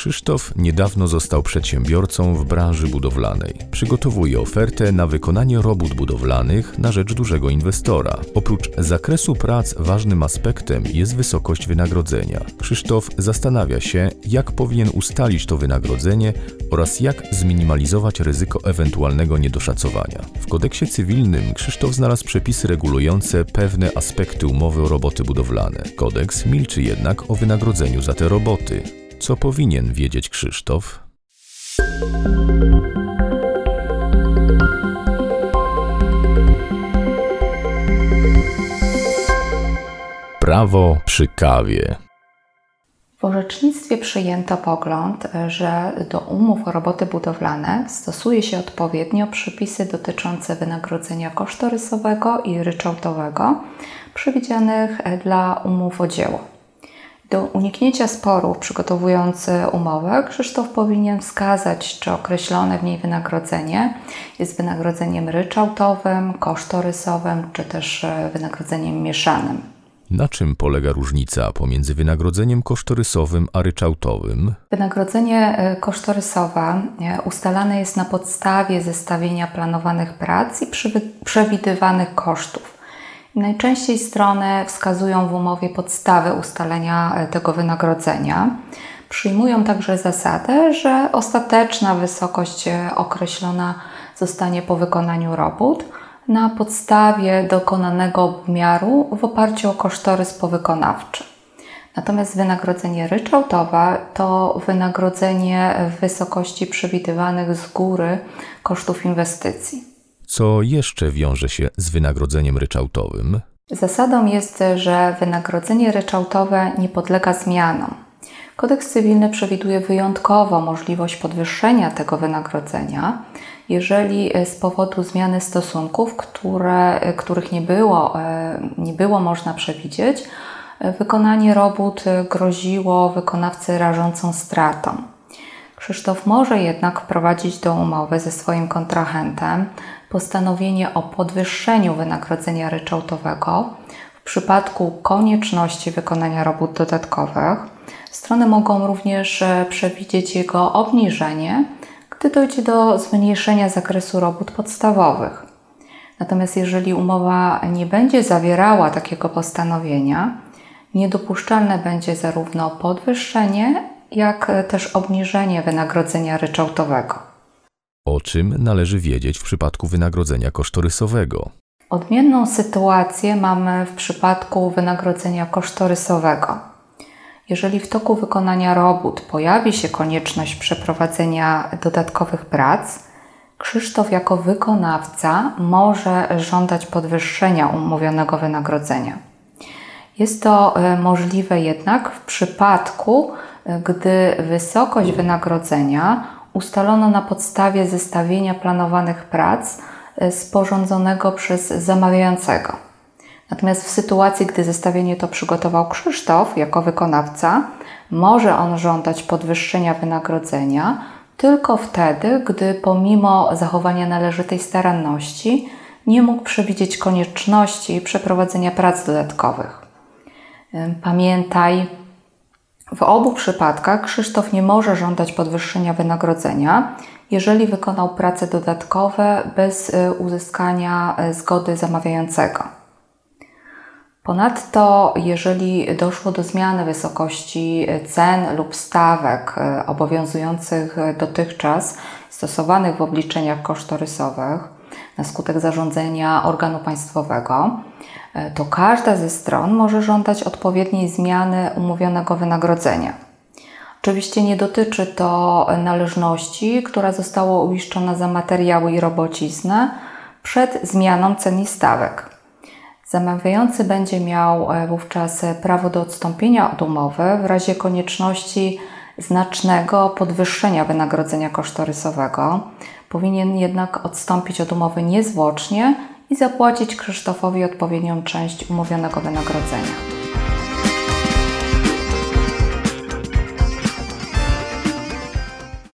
Krzysztof niedawno został przedsiębiorcą w branży budowlanej. Przygotowuje ofertę na wykonanie robót budowlanych na rzecz dużego inwestora. Oprócz zakresu prac ważnym aspektem jest wysokość wynagrodzenia. Krzysztof zastanawia się, jak powinien ustalić to wynagrodzenie oraz jak zminimalizować ryzyko ewentualnego niedoszacowania. W kodeksie cywilnym Krzysztof znalazł przepisy regulujące pewne aspekty umowy o roboty budowlane. Kodeks milczy jednak o wynagrodzeniu za te roboty. Co powinien wiedzieć Krzysztof? Prawo przy kawie. W orzecznictwie przyjęto pogląd, że do umów o roboty budowlane stosuje się odpowiednio przepisy dotyczące wynagrodzenia kosztorysowego i ryczałtowego przewidzianych dla umów o dzieło. Do uniknięcia sporów przygotowując umowę, Krzysztof powinien wskazać, czy określone w niej wynagrodzenie jest wynagrodzeniem ryczałtowym, kosztorysowym, czy też wynagrodzeniem mieszanym. Na czym polega różnica pomiędzy wynagrodzeniem kosztorysowym a ryczałtowym? Wynagrodzenie kosztorysowe ustalane jest na podstawie zestawienia planowanych prac i przewidywanych kosztów. Najczęściej strony wskazują w umowie podstawy ustalenia tego wynagrodzenia. Przyjmują także zasadę, że ostateczna wysokość określona zostanie po wykonaniu robót na podstawie dokonanego obmiaru w oparciu o kosztorys powykonawczy. Natomiast wynagrodzenie ryczałtowe to wynagrodzenie w wysokości przewidywanych z góry kosztów inwestycji. Co jeszcze wiąże się z wynagrodzeniem ryczałtowym? Zasadą jest, że wynagrodzenie ryczałtowe nie podlega zmianom. Kodeks cywilny przewiduje wyjątkowo możliwość podwyższenia tego wynagrodzenia, jeżeli z powodu zmiany stosunków, których nie było można przewidzieć, wykonanie robót groziło wykonawcy rażącą stratą. Krzysztof może jednak wprowadzić do umowy ze swoim kontrahentem postanowienie o podwyższeniu wynagrodzenia ryczałtowego w przypadku konieczności wykonania robót dodatkowych. Strony mogą również przewidzieć jego obniżenie, gdy dojdzie do zmniejszenia zakresu robót podstawowych. Natomiast jeżeli umowa nie będzie zawierała takiego postanowienia, niedopuszczalne będzie zarówno podwyższenie, jak też obniżenie wynagrodzenia ryczałtowego. O czym należy wiedzieć w przypadku wynagrodzenia kosztorysowego? Odmienną sytuację mamy w przypadku wynagrodzenia kosztorysowego. Jeżeli w toku wykonania robót pojawi się konieczność przeprowadzenia dodatkowych prac, Krzysztof jako wykonawca może żądać podwyższenia umówionego wynagrodzenia. Jest to możliwe jednak w przypadku, gdy wysokość wynagrodzenia ustalono na podstawie zestawienia planowanych prac sporządzonego przez zamawiającego. Natomiast w sytuacji, gdy zestawienie to przygotował Krzysztof jako wykonawca, może on żądać podwyższenia wynagrodzenia tylko wtedy, gdy pomimo zachowania należytej staranności nie mógł przewidzieć konieczności przeprowadzenia prac dodatkowych. Pamiętaj, w obu przypadkach Krzysztof nie może żądać podwyższenia wynagrodzenia, jeżeli wykonał prace dodatkowe bez uzyskania zgody zamawiającego. Ponadto, jeżeli doszło do zmiany wysokości cen lub stawek obowiązujących dotychczas, stosowanych w obliczeniach kosztorysowych na skutek zarządzenia organu państwowego, to każda ze stron może żądać odpowiedniej zmiany umówionego wynagrodzenia. Oczywiście nie dotyczy to należności, która została uiszczona za materiały i robociznę przed zmianą cen i stawek. Zamawiający będzie miał wówczas prawo do odstąpienia od umowy w razie konieczności znacznego podwyższenia wynagrodzenia kosztorysowego. Powinien jednak odstąpić od umowy niezwłocznie i zapłacić Krzysztofowi odpowiednią część umówionego wynagrodzenia.